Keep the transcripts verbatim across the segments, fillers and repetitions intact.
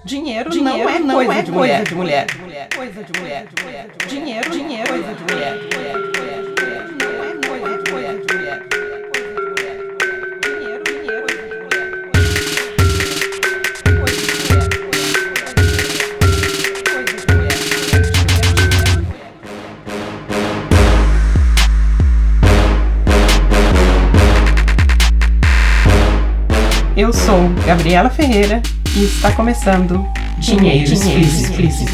Dinheiro, dinheiro não é, não coisa, é de coisa de mulher. Coisa de mulher. Dinheiro, dinheiro, coisa de mulher. Eu sou Gabriela Ferreira e está começando Dinheiro Explícito.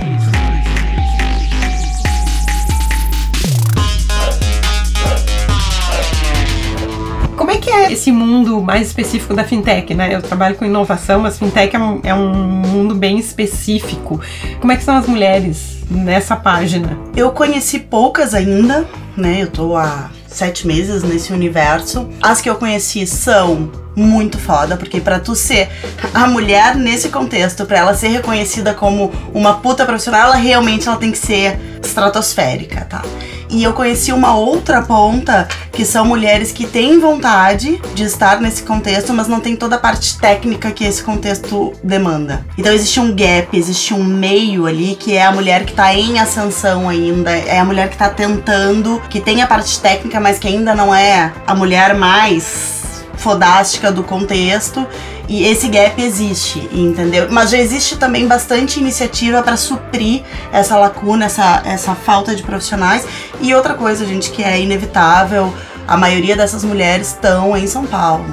Como é que é esse mundo mais específico da fintech, né? Eu trabalho com inovação, mas fintech é um, é um mundo bem específico. Como é que são as mulheres nessa página? Eu conheci poucas ainda, né? Eu tô há sete meses nesse universo. As que eu conheci são muito foda, porque pra tu ser a mulher nesse contexto, pra ela ser reconhecida como uma puta profissional, ela realmente ela tem que ser estratosférica, tá? E eu conheci uma outra ponta, que são mulheres que têm vontade de estar nesse contexto, mas não tem toda a parte técnica que esse contexto demanda. Então existe um gap, existe um meio ali, que é a mulher que tá em ascensão ainda, é a mulher que tá tentando, que tem a parte técnica, mas que ainda não é a mulher mais fodástica do contexto, e esse gap existe, entendeu? Mas já existe também bastante iniciativa para suprir essa lacuna, essa, essa falta de profissionais. E outra coisa, gente, que é inevitável, a maioria dessas mulheres estão em São Paulo.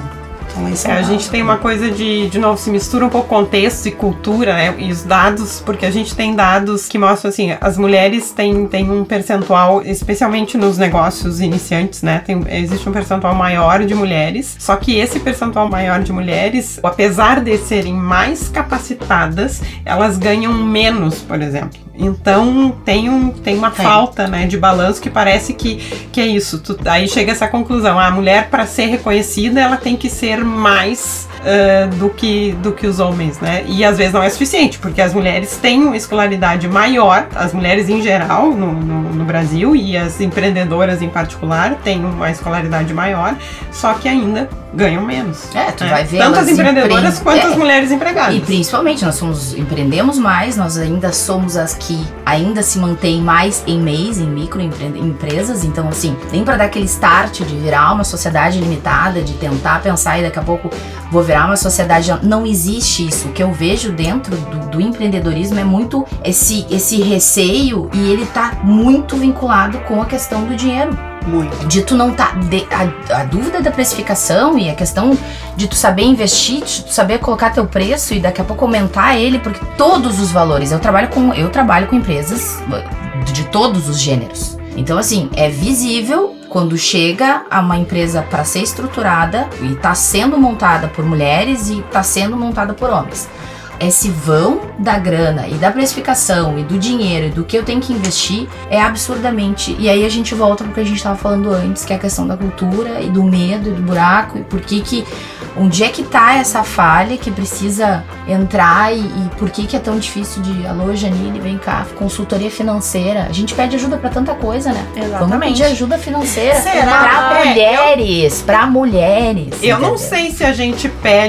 É, a gente tem uma coisa de, de novo, se mistura um pouco contexto e cultura, né, e os dados, porque a gente tem dados que mostram, assim, as mulheres têm, têm um percentual, especialmente nos negócios iniciantes, né, tem, existe um percentual maior de mulheres, só que esse percentual maior de mulheres, apesar de serem mais capacitadas, elas ganham menos, por exemplo. Então, tem, um, tem uma tem. falta, né, de balanço que parece que, que é isso. Tu, aí chega essa conclusão. A mulher, para ser reconhecida, ela tem que ser mais uh, do, que, do que os homens, né? E às vezes não é suficiente, porque as mulheres têm uma escolaridade maior, as mulheres em geral no, no, no Brasil, e as empreendedoras em particular têm uma escolaridade maior, só que ainda ganham menos. É, tu né? vai ver. Tanto as empreendedoras empre... quanto é. as mulheres empregadas. E principalmente, nós somos, empreendemos mais, nós ainda somos as que ainda se mantêm mais em M E Is, em microempresas. Então, assim, nem pra dar aquele start de virar uma sociedade limitada, de tentar pensar e daqui a pouco vou virar uma sociedade. Não existe isso. O que eu vejo dentro do, do empreendedorismo é muito esse, esse receio, e ele tá muito vinculado com a questão do dinheiro. Muito. De tu não tá... De, a, a dúvida da precificação e a questão de tu saber investir, de tu saber colocar teu preço e daqui a pouco aumentar ele, porque todos os valores... Eu trabalho com, eu trabalho com empresas de todos os gêneros. Então, assim, é visível quando chega a uma empresa para ser estruturada e tá sendo montada por mulheres e tá sendo montada por homens. Esse vão da grana e da precificação e do dinheiro e do que eu tenho que investir é absurdamente... E aí a gente volta pro que a gente estava falando antes, que é a questão da cultura e do medo e do buraco, e por que que... Onde é que tá essa falha que precisa entrar e, e por que que é tão difícil de... Alô, Janine, vem cá, consultoria financeira. A gente pede ajuda pra tanta coisa, né? Exatamente. Vamos pedir ajuda financeira. Será? Pra mulheres, eu... pra mulheres. Eu entendeu? não sei se a gente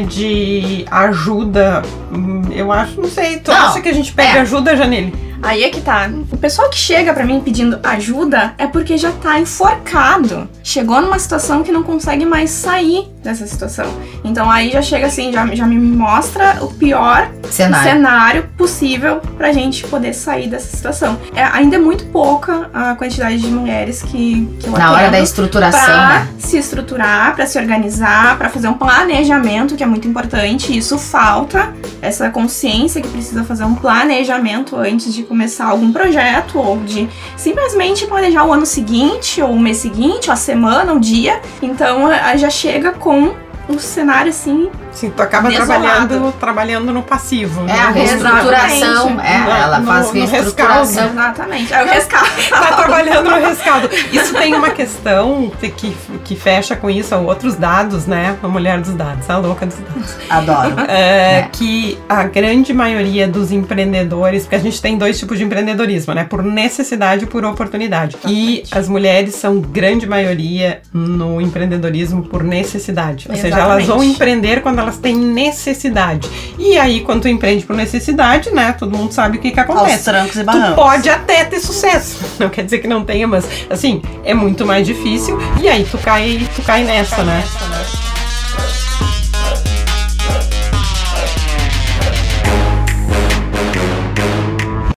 pede ajuda, eu acho, não sei. Tu Não, acha que a gente pede é. ajuda, Janine? Aí é que tá. O pessoal que chega pra mim pedindo ajuda é porque já tá enforcado. Chegou numa situação que não consegue mais sair dessa situação. Então aí já chega assim, já, já me mostra o pior Cenário. cenário possível pra gente poder sair dessa situação. É, ainda é muito pouca a quantidade de mulheres que, que eu Na hora atendo da estruturação, pra né? se estruturar, pra se organizar, pra fazer um planejamento, que é muito importante. Isso falta, essa consciência que precisa fazer um planejamento antes de começar algum projeto, ou de simplesmente planejar o ano seguinte, ou o mês seguinte, ou a semana, o dia. Então, a- já chega com um cenário assim. Sim, tu acaba Desolado. trabalhando, trabalhando no passivo. É a né? reestruturação. Exatamente. É, No- ela no- faz no reestruturação. Exatamente. É o rescaldo. Tá trabalhando no rescaldo. Isso tem uma questão que, que fecha com isso, outros dados, né? A mulher dos dados, a louca dos dados. Adoro. É, É. Que a grande maioria dos empreendedores, porque a gente tem dois tipos de empreendedorismo, né? Por necessidade e por oportunidade. E as mulheres são grande maioria no empreendedorismo por necessidade. Ou seja, elas vão Exatamente. empreender quando elas têm necessidade. E aí, quando tu empreende por necessidade, né, todo mundo sabe o que que acontece. Aos trancos e Tu barrancos. pode até ter sucesso, não quer dizer que não tenha, mas, assim, é muito mais difícil, e aí tu cai, tu cai nessa, né?